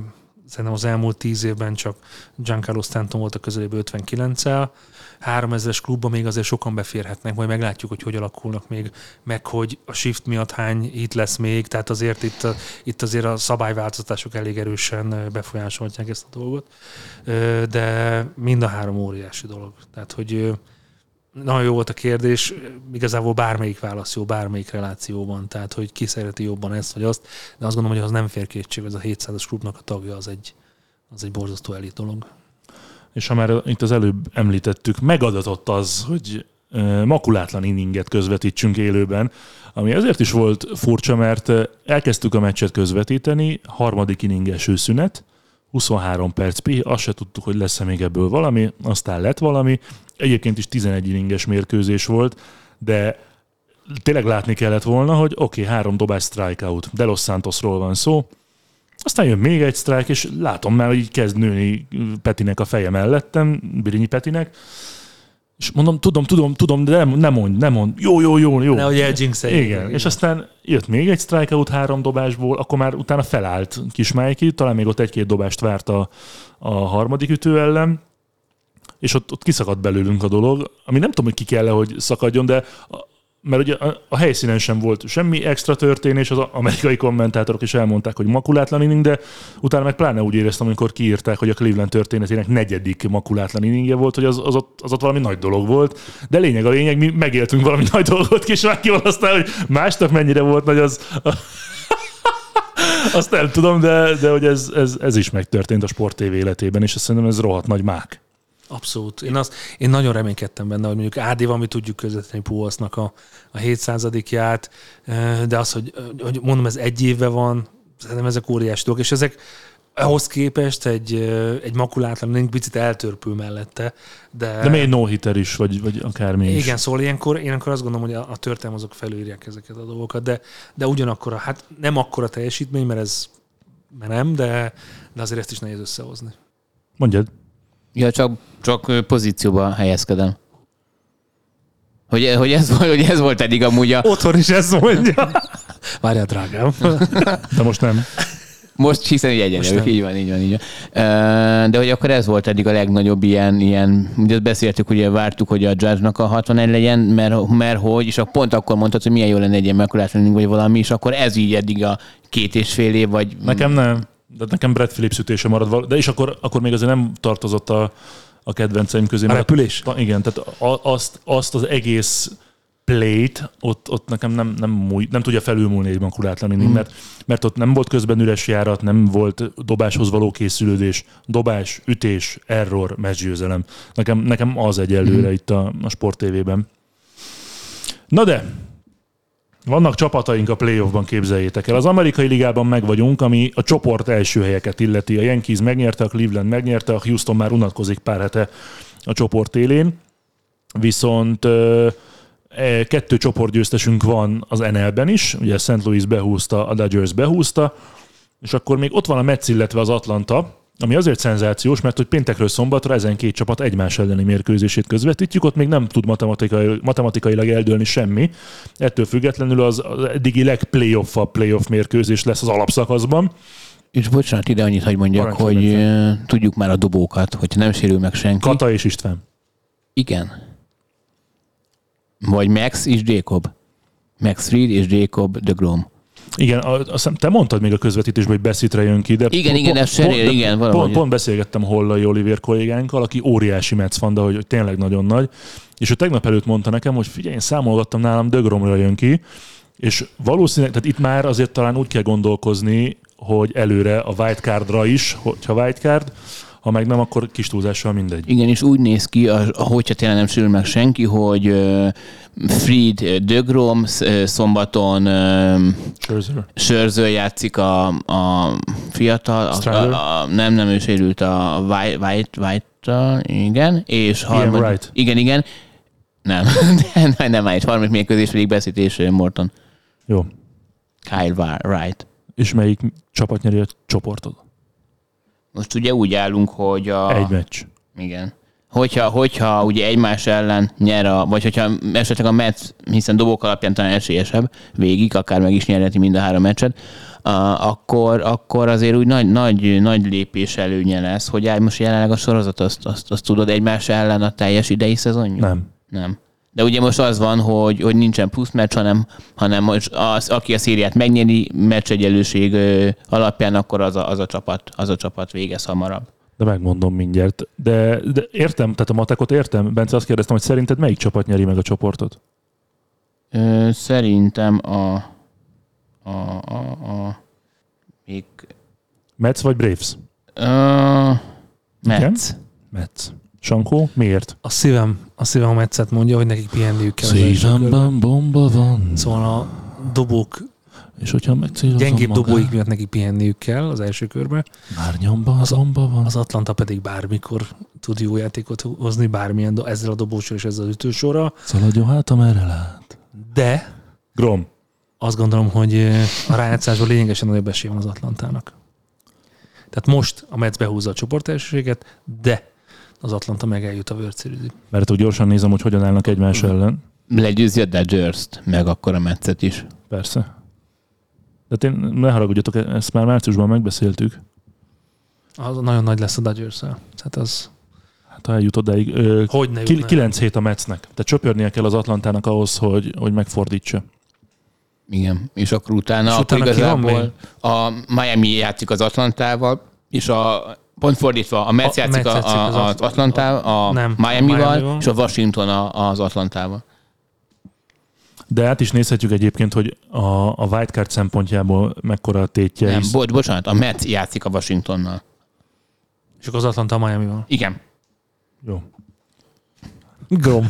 szerintem az elmúlt 10 évben csak Giancarlo Stanton volt a közelében 59-el. 3000-es klubban még azért sokan beférhetnek, majd meglátjuk, hogy alakulnak még, meg hogy a shift miatt hány hit lesz még, tehát azért itt azért a szabályváltoztatások elég erősen befolyásolhatják ezt a dolgot, de mind a három óriási dolog. Tehát, hogy nagyon jó volt a kérdés, igazából bármelyik válasz jó, bármelyik relációban, tehát, hogy ki szereti jobban ezt vagy azt, de azt gondolom, hogy az nem fér kétség, ez a 700-as klubnak a tagja, az egy borzasztó elit dolog. És ha már itt az előbb említettük, megadatott az, hogy makulátlan inninget közvetítsünk élőben, ami azért is volt furcsa, mert elkezdtük a meccset közvetíteni, harmadik inninges szünet, 23 perc pihi, azt se tudtuk, hogy lesz-e még ebből valami, aztán lett valami. Egyébként is 11 inninges mérkőzés volt, de tényleg látni kellett volna, hogy oké, 3 dobás strikeout, De Los Santosról van szó, aztán jön még egy strike, és látom már, hogy így kezd nőni Petinek a feje mellettem, Birinyi Petinek, és mondom, tudom, de nem mond. Jó. Nehogy eldzsinxelj. Igen, és aztán jött még egy strikeout 3 dobásból, akkor már utána felállt Kismájki, talán még ott 1-2 dobást várt a harmadik ütő ellen, és ott kiszakadt belőlünk a dolog, ami nem tudom, hogy ki kell, hogy szakadjon, de mert ugye a helyszínen sem volt semmi extra történés, az amerikai kommentátorok is elmondták, hogy makulátlan inning, de utána meg pláne úgy éreztem, amikor kiírták, hogy a Cleveland történetének 4. makulátlan inningje volt, hogy az ott valami nagy dolog volt, de lényeg a lényeg, mi megéltünk valami nagy dolgot, és már aztán, hogy másnak mennyire volt nagy, azt nem tudom, de hogy ez is megtörtént a Sport TV életében, és azt szerintem ez rohadt nagy mák. Abszolút. Én nagyon reménykedtem benne, hogy mondjuk AD-val mi tudjuk közvetíteni Pujols-nak a 700-ját, de az, hogy mondom, ez 1 évve van, szerintem ezek óriási dolgok, és ezek ahhoz képest egy makulátlan, egy picit eltörpül mellette. De még egy no-hitter is, vagy akármi is. Igen, szóval ilyenkor azt gondolom, hogy a történelem azok felülírják ezeket a dolgokat, de ugyanakkor, hát nem akkora teljesítmény, mert nem, de azért ezt is nehéz összehozni. Mondjad. Ja, csak pozícióba helyezkedem. Hogy ez volt eddig amúgy Otthon is ezt mondja. Várjál, drágám. De most nem. Most hiszen így egyenlők, így van. De hogy akkor ez volt eddig a legnagyobb ilyen ugye beszéltük, ugye vártuk, hogy a Judge-nak a 61 legyen, mert hogy, és pont akkor mondtad, hogy milyen jó lenne egy ilyen makulátlan vagy valami, és akkor ez így eddig a 2,5 év, vagy... Nekem nem. De nekem Brad Phillips ütése marad, de és akkor még azért nem tartozott a kedvenceim közé. A repülés? Igen, tehát azt az egész plate ott nekem nem tudja felülmúlni egy makulátlan inning, mert ott nem volt közben üres járat, nem volt dobáshoz való készülődés, dobás, ütés, error, meccsgyőzelem. Nekem az egyelőre itt a Sport TV-ben. Na de... Vannak csapataink a playoffban, képzeljétek el. Az amerikai ligában meg vagyunk, ami a csoport első helyeket illeti. A Yankees megnyerte, a Cleveland megnyerte, a Houston már unatkozik pár hete a csoport élén. Viszont 2 csoportgyőztesünk van az NL-ben is. Ugye St. Louis behúzta, a Dodgers behúzta, és akkor még ott van a Mets, illetve az Atlanta, ami azért szenzációs, mert hogy péntekről szombatra ezen 2 csapat egymás elleni mérkőzését közvetítjük, ott még nem tud matematikailag eldőlni semmi. Ettől függetlenül az eddigi legplayoff mérkőzés lesz az alapszakaszban. És bocsánat, ide annyit hagy mondjak, hogy tudjuk már a dobókat, hogyha nem sérül meg senki. Kata és István. Igen. Vagy Max és Jacob. Max Fried és Jacob deGrom. Igen, te mondtad még a közvetítésben, hogy Bassitre jön ki, de igen, ez cserél, igen, valahogy. Pont beszélgettem Hollai Olivér kollégánkkal, aki óriási Mets fan, de hogy tényleg nagyon nagy, és ő tegnap előtt mondta nekem, hogy figyelj, én számolgattam, nálam deGromra jön ki, és valószínűleg, tehát itt már azért talán úgy kell gondolkozni, hogy előre a wildcardra is, hogyha wildcard, ha meg nem, akkor kis túlzással mindegy. Igen, és úgy néz ki, hogyha tényleg nem sérül meg senki, hogy Fried deGrom, szombaton Scherzer játszik a fiatal, nem ő sérült a White-tal, igen, és harmadik. Igen. Nem, egy harmadik mérkőzés pedig beszítés Morton. Jó. Kyle Wright. És melyik csapat nyeri a csoportot? Most ugye úgy állunk, hogy egy meccs. Igen. Hogyha ugye egymás ellen nyer, vagy hogyha esetleg a Mets, hiszen dobók alapján talán esélyesebb végig, akár meg is nyerheti mind a 3 meccset, akkor azért úgy nagy lépés előnye lesz, hogy most jelenleg a sorozat azt tudod egymás ellen a teljes idei szezonja? Nem. De ugye most az van, hogy nincsen plusz meccs, hanem most aki a szériát megnyeri meccsegyenlőség alapján, akkor az a csapat végez hamarabb. De megmondom mindjárt. De értem, tehát a matekot értem. Bence, azt kérdeztem, hogy szerinted melyik csapat nyeri meg a csoportot? Szerintem még... Mets vagy Braves? Mets. Sankó, miért? A szívem a Metszet mondja, hogy nekik pihenniük kell. Szívemben bomba van. Szóval a dobók, és hogyha gyengébb dobóik miatt nekik pihenniük kell az első körben. Már nyomban az omba van. Az Atlanta pedig bármikor tud jó játékot hozni, bármilyen ezzel a dobósor és ezzel az ütősorral. Szaladjon hát, amerre lát. De Grom. Azt gondolom, hogy a rájátszásban lényegesen nagyobb esélye van az Atlantának. Tehát most a Mets behúzza a csoportelsőséget, de az Atlanta meg eljut a World Series-ig. Mert úgy gyorsan nézem, hogy hogyan állnak egymás ellen. Legyőzi a Dodgers-t, meg akkor a Metszet is. Persze. De ne haragudjatok, ezt már márciusban megbeszéltük. Az nagyon nagy lesz a Dodgers-szel. Hát az... Hát ha eljut odáig. 9 hét a Metsnek. Tehát csöpörnie kell az Atlantának ahhoz, hogy megfordítsa. Igen, és akkor utána igazából a Miami játszik az Atlantával, és pont fordítva, a Mets játszik az Atlantával, Miami-val, és a Washington az Atlantával. De át is nézhetjük egyébként, hogy a wildcard szempontjából mekkora a tétje. Nem, bocsánat, a Mets játszik a Washingtonnal. És akkor az Atlanta a Miami-val. Igen. Jó. Grom.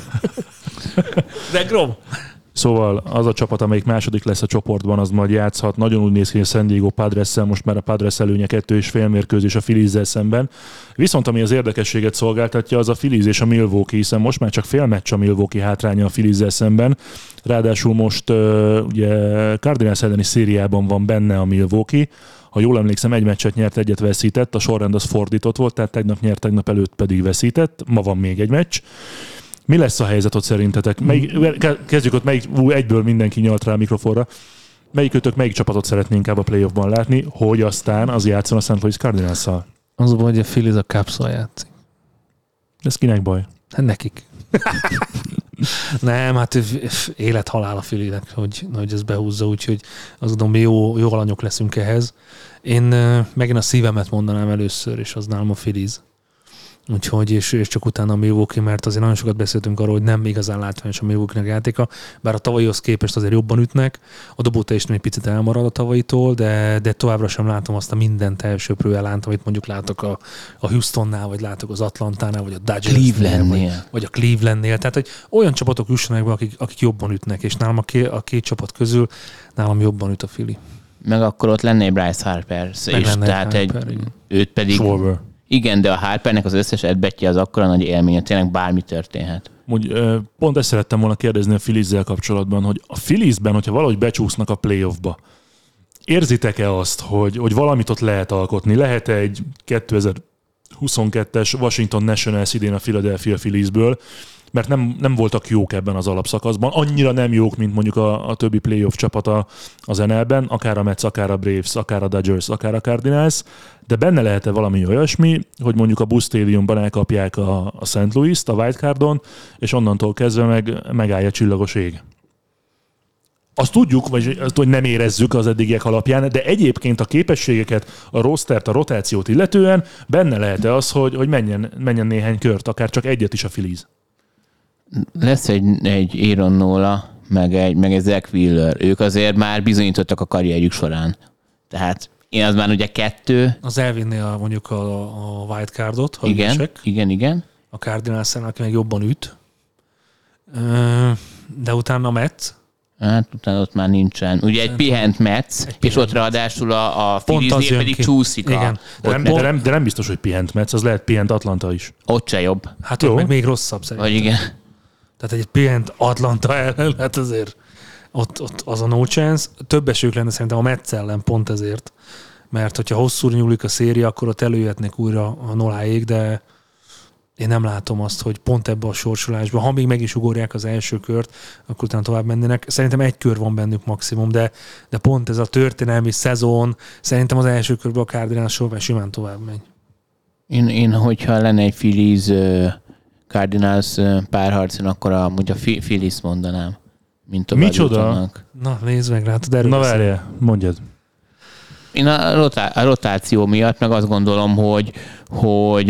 De Grom. Szóval az a csapat, amelyik második lesz a csoportban, az majd játszhat. Nagyon úgy néz ki, hogy a San Diego Padressel, most már a Padres előnye 2,5 mérkőzés a Phillies-zel szemben. Viszont ami az érdekességet szolgáltatja, az a Phillies és a Milwaukee, hiszen most már csak fél meccs a Milwaukee hátránya a Phillies-zel szemben. Ráadásul most ugye Cardinals elleni szériában van benne a Milwaukee. Ha jól emlékszem, egy meccset nyert, egyet veszített, a sorrend az fordított volt, tehát tegnap nyert, tegnap előtt pedig veszített. Ma van még egy meccs. Mi lesz a helyzet ott szerintetek? Kezdjük ott, egyből mindenki nyalt rá a mikrofonra. Melyik csapatot szeretné inkább a playoffban látni, hogy aztán az játszon a St. Louis Cardinals-szal? Az a baj, hogy a Phillies a Cubs-szal játszik. Ez kinek baj? Hát nekik. Nem, hát élet-halál a Phillynek, hogy ez behúzza, úgyhogy azt gondolom, jó alanyok leszünk ehhez. Én megint a szívemet mondanám először, és az nálam a Phillies. Úgyhogy, és csak utána a Milwaukee, mert azért nagyon sokat beszéltünk arról, hogy nem igazán látványos a Milwaukee-nek játéka, bár a tavalyihoz képest azért jobban ütnek, a dobóteljesítmény egy picit elmarad a tavalyitól, de továbbra sem látom azt a mindent elsőprő elánt, amit mondjuk látok a Houstonnál, vagy látok az Atlantánál, vagy a Dodgersnél, vagy a Clevelandnél. Tehát, hogy olyan csapatok jussanak be, akik jobban ütnek, és nálam a két csapat közül nálam jobban üt a Philly. Meg akkor ott lenne egy Bryce Harper, és tehát őt pedig... Schwarber. Igen, de a Harpernek az összes at-betje az akkora nagy élmény, tényleg bármi történhet. Pont ezt szerettem volna kérdezni a Phillies-zel kapcsolatban, hogy a Philliesben, hogyha valahogy becsúsznak a playoffba, érzitek-e azt, hogy valamit ott lehet alkotni? Lehet egy 2022-es Washington Nationals idén a Philadelphia Philliesből, mert nem voltak jók ebben az alapszakaszban. Annyira nem jók, mint mondjuk a többi playoff csapata az NL-ben, akár a Mets, akár a Braves, akár a Dodgers, akár a Cardinals, de benne lehet-e valami olyasmi, hogy mondjuk a Busch Stadiumban elkapják a St. Louis-t a wildcardon, és onnantól kezdve megállja a csillagos ég. Azt tudjuk, vagy azt, hogy nem érezzük az eddigiek alapján, de egyébként a képességeket, a rostert, a rotációt illetően benne lehet-e az, hogy menjen néhány kört, akár csak egyet is a Phillies? Lesz egy Aaron Nola, meg egy Zach Wheeler. Ők azért már bizonyítottak a karrierjük során. Tehát én az már ugye 2. Az elvinné mondjuk a wildcardot, ha igen. A Cardinals-en, aki meg jobban üt. De utána a Mets. Hát utána ott már nincsen. Ugye egy pihent Mets, és ott ráadásul a Philliesnél pedig csúszik. Igen. De nem biztos, hogy pihent Mets, az lehet pihent Atlanta is. Ott se jobb. Hát ott meg még rosszabb szerintem. Vagy igen. Tehát egy pihent Atlanta ellen, hát azért ott az a no chance. Több esők lenne szerintem a Mets ellen pont ezért. Mert hogyha hosszúra nyúlik a széria, akkor ott előjöhetnek újra a Noláék, de én nem látom azt, hogy pont ebbe a sorsolásban, ha még meg is ugorják az első kört, akkor utána tovább mennének. Szerintem egy kör van bennük maximum, de pont ez a történelmi szezon, szerintem az első körben a Cardinals sorban simán tovább megy. Én hogyha lenne egy Phillies Cardinals párharcon, akkor amúgy a Phillies mondanám. Mint micsoda? Na, nézd meg, látod, erről. Na várjál, mondjad. Én a rotáció miatt meg azt gondolom, hogy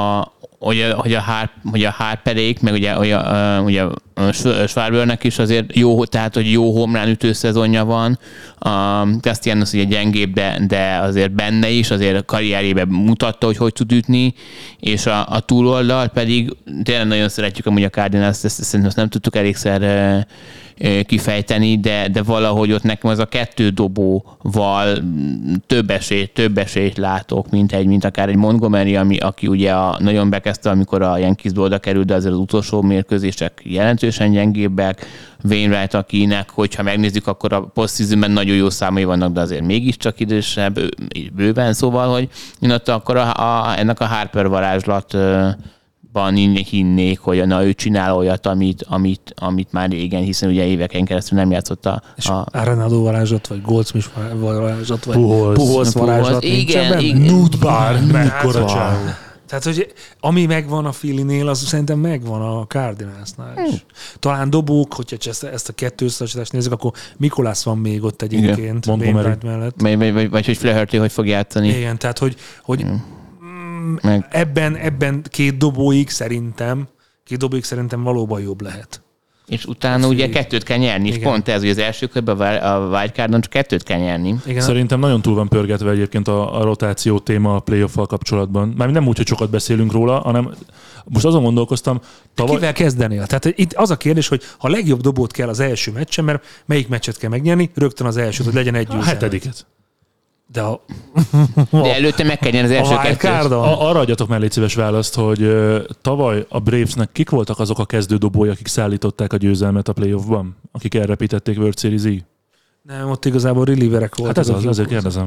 a Harperék, meg ugye Schwarbernek is azért jó, tehát hogy jó home run ütő szezonja van. Castellanos ugye gyengébb, de azért benne is, azért a karrierjében mutatta, hogy tud ütni, és a túloldal pedig tényleg nagyon szeretjük amúgy a Cardinals, ezt szerintem azt nem tudtuk elégszer kifejteni, de valahogy ott nekem az a 2 dobóval több esélyt látok, mint akár egy Montgomery, aki ugye nagyon bekezdte, amikor a Yankeesből oda került, de azért az utolsó mérkőzések jelentősen gyengébbek. Wainwright, akinek, hogyha megnézzük, akkor a postseasonben nagyon jó számai vannak, de azért mégiscsak idősebb, bőven, szóval, hogy én ott akkor ennek a Harper varázslatban hinnék, hogy ő csinál olyat, amit már régen, hiszen ugye éveken keresztül nem játszott a Arenado varázslat, vagy Goldsmith varázslat, vagy Pujols varázslat. Igen. Nutbar, mekkora csávó. Tehát, hogy ami megvan a Phillynél, az szerintem megvan a Cardinalsnál is. Talán dobók, hogyha ezt a 2 összehasonlítást nézzük, akkor Mikolász van még ott egyébként. Wainwright mellett. Vagy hogy Flaherty hogy fog játszani. Igen, tehát, hogy ebben 2 dobóig szerintem valóban jobb lehet. És utána ugye 2 kell nyerni, és pont ez, hogy az első körben a wildcardon csak 2 kell nyerni. Igen. Szerintem nagyon túl van pörgetve egyébként a rotáció téma a playoff-val kapcsolatban. Már nem úgy, hogy sokat beszélünk róla, hanem most azon gondolkoztam... Kivel kezdenél? Tehát itt az a kérdés, hogy ha a legjobb dobót kell az első meccsen, mert melyik meccset kell megnyerni, rögtön az elsőt, hogy legyen egy győzelem. A 7. De előtte meg kell nyerni az első 2. Arra adjatok már légy szíves választ, hogy tavaly a Bravesnek kik voltak azok a kezdődobói, akik szállították a győzelmet a playoffban? Akik elrepítették World Series-ig? Nem, ott igazából relieverek voltak. Hát ezért kérdezem.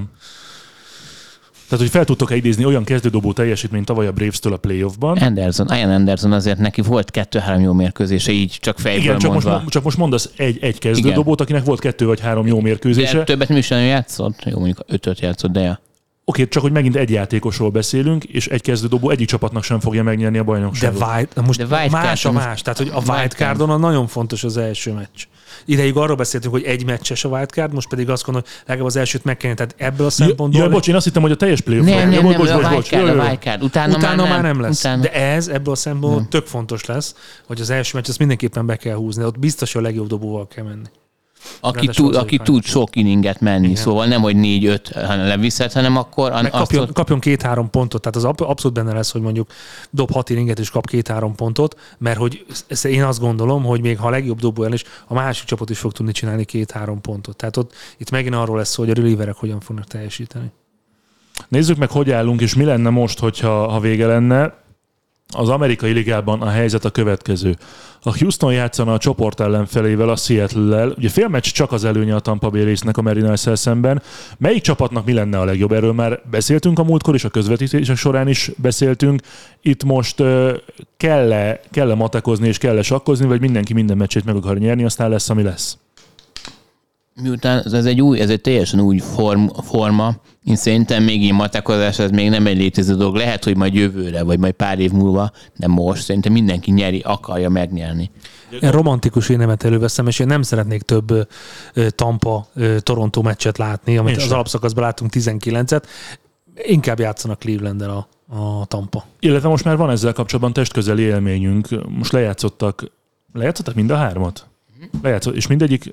Tehát, hogy fel tudtok-e idézni olyan kezdődobó teljesítményt tavaly a Braves-től a playoffban? Ian Anderson azért neki volt 2-3 jó mérkőzése, így csak fejből mondva. Igen, csak most mondasz egy kezdődobót, akinek volt 2 vagy 3 jó mérkőzése. De többet nem is nagyon játszott. Jó, mondjuk 5-öt játszott, de ja. Oké, csak hogy megint egy játékosról beszélünk, és egy kezdődobó egyik csapatnak sem fogja megnyerni a bajnokságot. De más a más. Tehát, hogy a wildcardon nagyon fontos az első meccs. Ideig arról beszéltünk, hogy egy meccses a wildcard, most pedig azt gondolom, hogy legalább az elsőt meg kell, tehát ebből a szempontból... Bocs, én azt hittem, hogy a teljes playoff. Nem, a wildcard. Utána már nem lesz. De ez ebből a szempontból tök fontos lesz, hogy az első meccs, azt mindenképpen be kell húzni. Ott biztos, hogy a legjobb dobóval kell menni. Aki tud sok inninget menni, igen. Szóval nem, hogy 4-5 leviszed, hanem akkor... Kapjon 2-3 pontot, tehát az abszolút benne lesz, hogy mondjuk dob 6 inninget és kap 2-3 pontot, mert hogy én azt gondolom, hogy még ha a legjobb dobó ellen is, a másik csapat is fog tudni csinálni 2-3 pontot. Tehát itt megint arról lesz szó, hogy a relieverek hogyan fognak teljesíteni. Nézzük meg, hogy állunk, és mi lenne most, ha vége lenne. Az amerikai ligában a helyzet a következő. A Houston játszana a csoport ellenfelével, a Seattle-lel. Ugye fél meccs csak az előnye a Tampa Bay Race-nek a Mariners-szel szemben. Melyik csapatnak mi lenne a legjobb? Erről már beszéltünk a múltkor, és a közvetítések során is beszéltünk. Itt most kell-e matekozni és kell-e sakkozni, vagy mindenki minden meccsét meg akar nyerni, aztán lesz, ami lesz? Miután ez egy teljesen új forma, én szerintem még ilyen matekozás, ez még nem egy létező dolog. Lehet, hogy majd jövőre, vagy majd pár év múlva, de most szerintem mindenki akarja megnyerni. Én romantikus énemet előveszem, és én nem szeretnék több Tampa-Toronto meccset látni, amit az alapszakaszban láttunk 19-et. Inkább játszanak Cleveland-el a Tampa. Illetve most már van ezzel kapcsolatban testközeli élményünk. Most lejátszottak mind a 3? És mindegyik,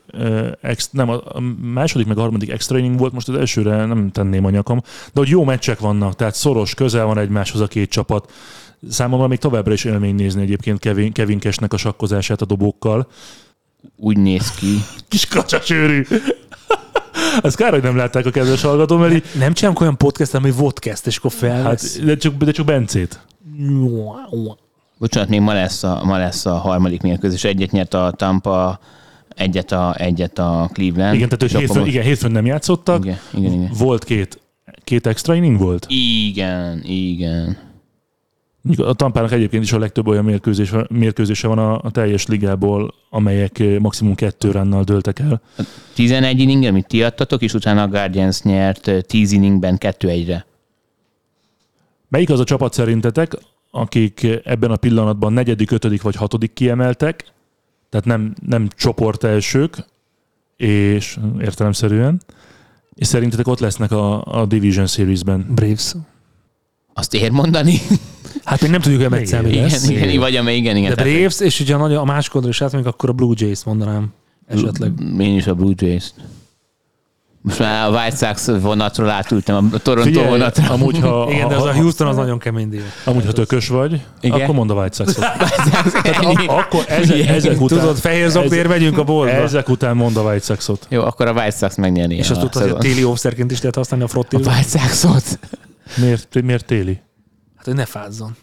a második meg a harmadik extra inning volt, most az elsőre nem tenném a nyakam, de hogy jó meccsek vannak, tehát szoros, közel van egymáshoz a 2 csapat. Számomra még továbbra is élmény nézni egyébként Kevin Cashnek a sakkozását a dobókkal. Úgy néz ki. Kis kacsacsőrű! Ez kár, hogy nem látták a kedves hallgató, mert nem csinálunk olyan podcastet, ami vodcast, és akkor felvesz. Hát, de csak Bencét. Bocsánat, még ma lesz a harmadik mérkőzés. Egyet nyert a Tampa, egyet a Cleveland. Igen, tehát hétfőn nem játszottak. Igen. Volt két extra inning volt? Igen. A Tampának egyébként is a legtöbb olyan mérkőzése van a teljes ligából, amelyek maximum 2 runnal dőltek el. 11 inning, amit ti adtatok, és utána a Guardians nyert 10 inningben 2-1-re. Melyik az a csapat szerintetek, akik ebben a pillanatban 4., 5. vagy 6. kiemeltek, tehát nem csoport elsők, és értelemszerűen, és szerintetek ott lesznek a Division Series-ben? Braves. Azt ér mondani? Hát még nem tudjuk, hogy meccel mi lesz. Igen, vagy igen. De Braves, és ugye a másikondra is átmegyünk, akkor a Blue Jays mondanám esetleg. Én is a Blue Jays-t. Most már a White Sox vonatról átültem, a Toronto vonatra. Amúgy, igen, de az a Houston az nagyon kemény díj. Amúgy, ha tökös vagy, igen? akkor mondd a White Sox-ot. Akkor ezek után... Tudod, fehér zoknér, megyünk a boltba. Ezek után mondd a White Sox-ot. Jó, akkor a White Sox megnyerni. És azt tudtad, hogy a téli offszerként is lehet használni a frottíról? A White Sox-ot? Miért téli? Hát, hogy ne fázzon.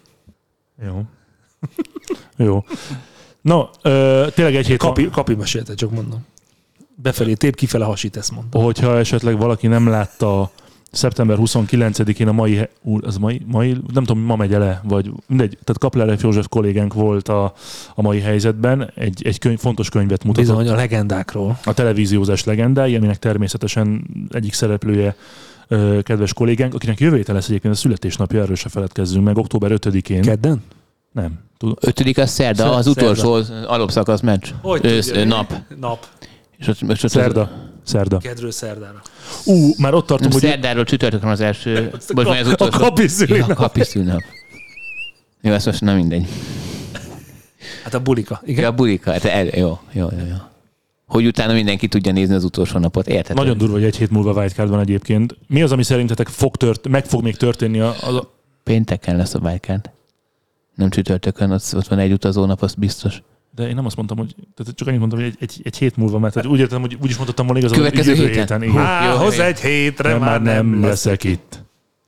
Jó. No, tényleg egy hét... Kapi mesélte, csak mondom. Befelé tép, kifele hasít, ezt mondta. Hogyha esetleg valaki nem látta szeptember 29-én a mai, nem tudom, ma megy le, vagy mindegy, tehát Kaplerev József kollégánk volt a mai helyzetben, egy fontos könyvet mutatott. Bizony, a legendákról. A televíziózás legendái, aminek természetesen egyik szereplője kedves kollégánk, akinek jövő héten lesz egyébként a születésnapja, erről se feledkezzünk meg, október 5-én. Kedden? Nem. 5. az szerda, az utolsó alapszakasz meccs. Nap. És Szerda. Kedről szerdára. Már ott tartom, hogy... Szerdáról csütörtökön az első... A kapiszülnap. A kapiszülnap. Jó, ezt most nem mindegy. Hát a bulika. Igen? A bulika, hát jó. Hogy utána mindenki tudja nézni az utolsó napot, érted? Nagyon durva, hogy egy hét múlva wildcard van egyébként. Mi az, ami szerintetek meg fog még történni? Pénteken lesz a wildcard. Nem csütörtökön, ott van egy utazónap, az biztos. De én nem azt mondtam, hogy... Tehát csak annyit mondtam, hogy egy hét múlva, mert úgy értem, hogy úgy is mondottam volna igazán, hogy jövő héten. Hozzá egy hétre már nem leszek itt.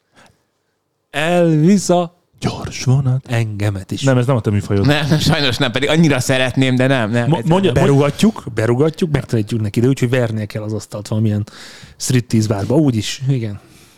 Elvisza gyors vonat. Engemet is. Nem, ez nem a te műfajod. Nem, sajnos nem, pedig annyira szeretném, de nem. Berugatjuk, megtanítjuk neki, de úgy, hogy vernie kell az asztalt valamilyen striptease bárba. Úgy is, igen.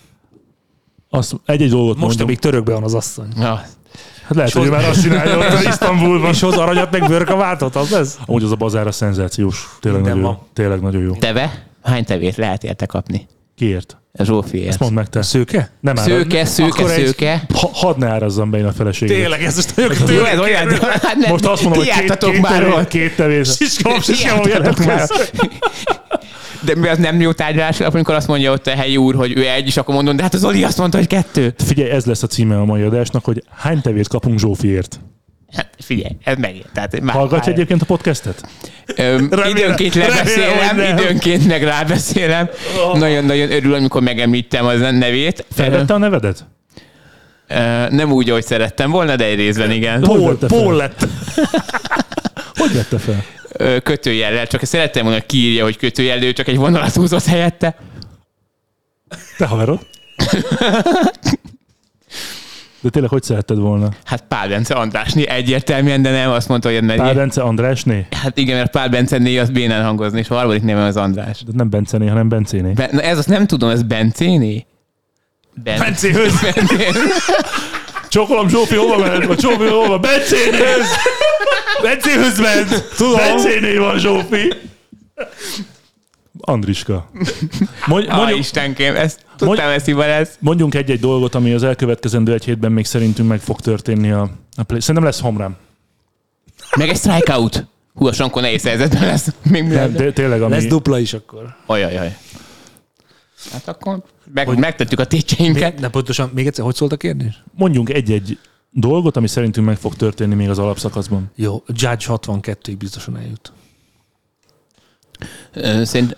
Egy dolgot most még törökbe van az asszony. Ja. Hát lehet, hogy már azt csinálja ott Isztambulban. És hoz aranyat meg bőrkaváltot, az ez? Amúgy az a bazára szenzációs. Tényleg nagyon jó. Teve? Hány tevét lehet érte kapni? Kiért? Zsófiért. Ezt mondd meg te. Szőke? Nem Szőke. Hadd ne árazzam be én a feleséget. Tényleg, ez most nagyon tőle. Most azt mondom, hogy két tevés. Siskom, jelenek már. De mi az nem jó tárgyalás, amikor azt mondja ott a helyi úr, hogy ő egy, és akkor mondom, de hát az Oli azt mondta, hogy 2. Figyelj, ez lesz a címe a mai adásnak, hogy hány tevét kapunk Zsófiért. Hát figyelj, ez megint. Hallgatja egyébként a podcastet? Időnként lebeszélem, időnként meg rábeszélem. Nagyon-nagyon örül, amikor megemlítem az nevét. Felvette a nevedet? Nem úgy, ahogy szerettem volna, de egy részben igen. Pól lett. Hogy vette fel? Kötőjellel, csak szerettem volna, hogy kiírja, hogy kötőjel, de ő csak egy vonalat húzott helyette. Te haverod? De tényleg hogy szeretted volna? Hát Pál Bence Andrásné egyértelműen, de nem azt mondta, hogy... Pál Bence Andrásné? Hát igen, mert Pál Bencené az bénán hangozni, és a harmadik nevem az András. De nem Bencené, hanem Bencéné. Na ez azt nem tudom, ez Bencéné? Bencéhöz! Csokolom, Zsófi, hova ment? Vagy Zsófi, hova? Bencénéhöz! Bencéhöz ment! Tudom! Bencéné van, Zsófi! Andriska. Istenkém, ezt tudtam, ezt hiba lesz. Mondjunk egy-egy dolgot, ami az elkövetkezendő egy hétben még szerintünk meg fog történni a play. Szerintem lesz home run. Meg egy strikeout. Hú, a Sankó nehéz helyzetben lesz. Tényleg, ami... Lesz dupla is akkor. Ajajaj. Hát akkor megtettük a tétjeinket. De pontosan, még egyszer, hogy szólt a kérdés? Mondjunk egy-egy dolgot, ami szerintünk meg fog történni még az alapszakaszban. Jó, Judge 62-ig biztosan eljut. Szerint...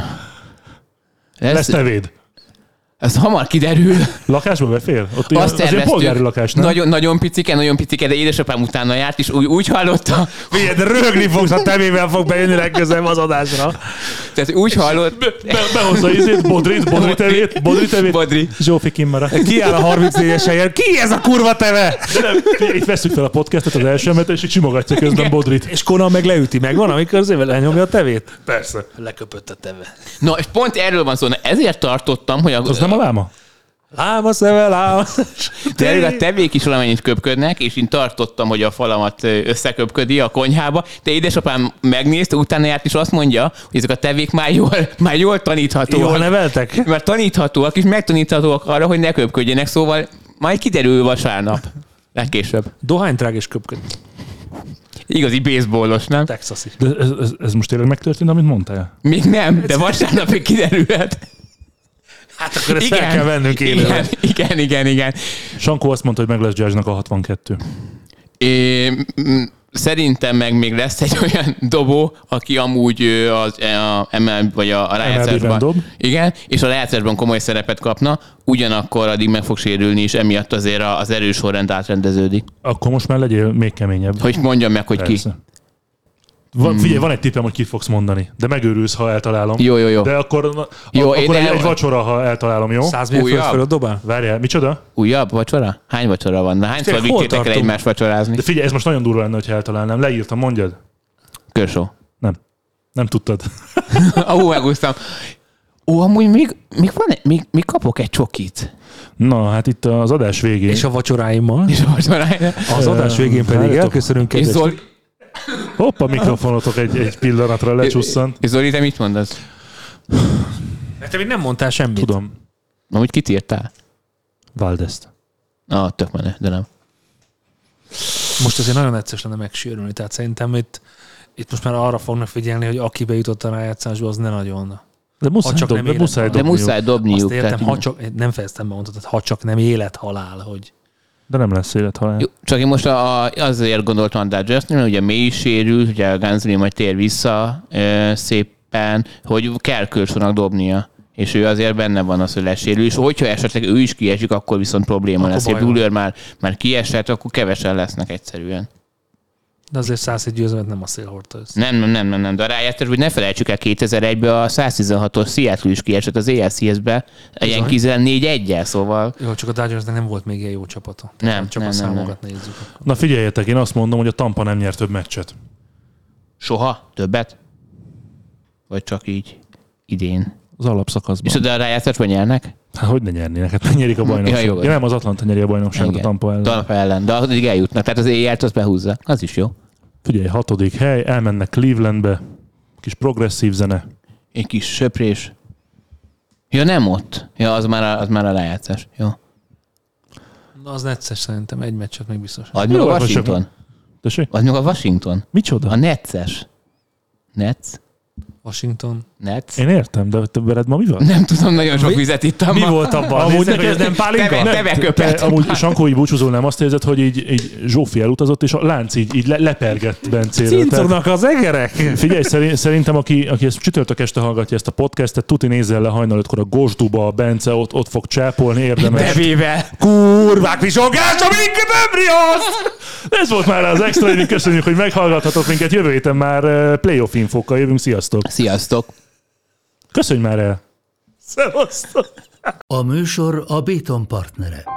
Lesz nevéd. Ez hamar kiderül. Lakásba befél? Ott azt azért polgári lakás, nem? Nagyon picike, de édesapám utána járt, és úgy hallotta. Figyelj, de röhögni fogsz, ha tevével fog bejönni legközelebb az adásra. Tehát úgy hallott... Behozza Bodri tevét. Bodri. Zsófi Kimmara. Ki áll a 34-es helyen? Ki ez a kurva teve? Itt veszük fel a podcastet, az első emet, és így simogatja közben Bodrit. És Conan meg leüti meg. Van, amikor azért lenyomja a tevét? Persze. Leköpött a teve. Na, és pont erről van szó. Ezért tartottam, hogy... Az nem a láma? Lám a szeme, lám. De a tevék is valamennyit köpködnek, és én tartottam, hogy a falamat összeköpködi a konyhába. Te édesapám megnézte, utána járt, és azt mondja, hogy ezek a tevék már jól taníthatóak. Jól neveltek? Mert taníthatóak, és megtaníthatóak arra, hogy ne köpködjenek, szóval majd kiderül vasárnap. Legkésőbb. Dohánytrág és köpköd. Igazi baseballos, nem? Texasi. De ez most tényleg megtörtént, amit mondtál? Még nem, de vasárnapig kiderülhet. Hát akkor ezt fel kell vennünk élően. Igen. Sankó azt mondta, hogy meg lesz Judge-nak a 62. Szerintem meg még lesz egy olyan dobó, aki amúgy a ML vagy a rájátszásban. Igen, és a rájátszásban komoly szerepet kapna, ugyanakkor addig meg fog sérülni, és emiatt azért az erős sorrend átrendeződik. Akkor most már legyél még keményebb. Hogy mondjam meg, hogy Persze. ki. Figyelj, van egy tippem, hogy kit fogsz mondani, de megőrülsz, ha eltalálom. Jó. De akkor Én egy vacsora, ha eltalálom, jó? 100 mérföld fölött dobál? Várjál, micsoda? Újabb vacsora? Hány vacsora van? Na, hányszor vittétek el egymást vacsorázni? De figyelj, ez most nagyon durva lenne, hogy eltalálnám. Leírtam, mondjad. Körsó. Nem tudtad. Megúsztam. Amúgy még kapok egy csokit. Na, hát itt az adás végén. És a vacsoráimmal. Az adás végén pedig elköszönünk. És Zoli... Hoppa, mikrofonotok egy pillanatra lecsusszant. És Zoli, te mit mondasz? Mert te még nem mondtál semmit. Tudom. Na, hogy kit írtál? Valdeszt. Tök menő, de nem. Most azért nagyon egyszerűs lenne megsérülni, tehát szerintem itt most már arra fognak figyelni, hogy aki bejutott a rájátszásba, az ne nagyon. De muszáj dobniuk. Azt értem, nem fejeztem be mondtad, ha csak nem élet-halál, hogy... De nem lesz élet-halál. Jó, csak én most azért gondoltam a Dodgersnél, hogy ugye mély sérült, ugye a Gunslinger majd tér vissza szépen, hogy kell Kershawnak dobnia. És ő azért benne van az, hogy lesérül, és hogyha esetleg ő is kiesik, akkor viszont probléma akkor lesz. Duller már kiesett, akkor kevesen lesznek egyszerűen. De azért 101 győzelmet nem a szél hordta össze. Nem. De a rájátszás, hogy ne felejtsük el, 2001-ben a 116-os Seattle is kiesett az ALCS-be, ilyen 14-1-jel, szóval... Jó, csak a Dodgersnek nem volt még ilyen jó csapata. Csak a számokat nézzük. Na figyeljetek, én azt mondom, hogy a Tampa nem nyert több meccset. Soha? Többet? Vagy csak így idén? Az alapszakaszban. És de a rájátszásban nyernek? Hát hogy ne nyernének? Hát megnyerik a bajnokságot. Nem, az Atlanta nyeri a bajnokságot a Tampa ellen. Tampa ellen, de addig eljutnak. Tehát az éjjelt azt behúzza. Az is jó. Figyelj, 6. hely, elmennek Clevelandbe. Kis progresszív zene. Egy kis söprés. Ja, nem ott. Ja, az már a rájátszás. Jó. Na, az necces szerintem. Egy meccset még biztos. Adj meg a Washington. Adj meg a Washington. Micsoda? A Netses. Nets. Washington. Nets. Én értem, de te veled ma mi van? Nem tudom, nagyon sok vizet ittam. Mi volt abban? Amúgy hogy ez nem pálinka? Amúgy Sankó így búcsúzol, nem azt érzed, hogy így Zsófi elutazott, és a lánc így lepergett Bencéről. Cincognak az egerek? Figyelj, szerintem aki ezt csütörtök este hallgatja ezt a podcastet, tuti nézzel le hajnal 5-kor a Gosduba, a Bence ott fog csápolni, érdemes. Bevéve. Kurvák visogás, a minket embriót! Ez volt már az Extra Inning, köszönjük, hogy meghallgathatok minket. Jövő héten már playoff infókkal jövünk. Sziasztok! Sziasztok! Köszönj már el! Szevasztok! A műsor a Béton partnere.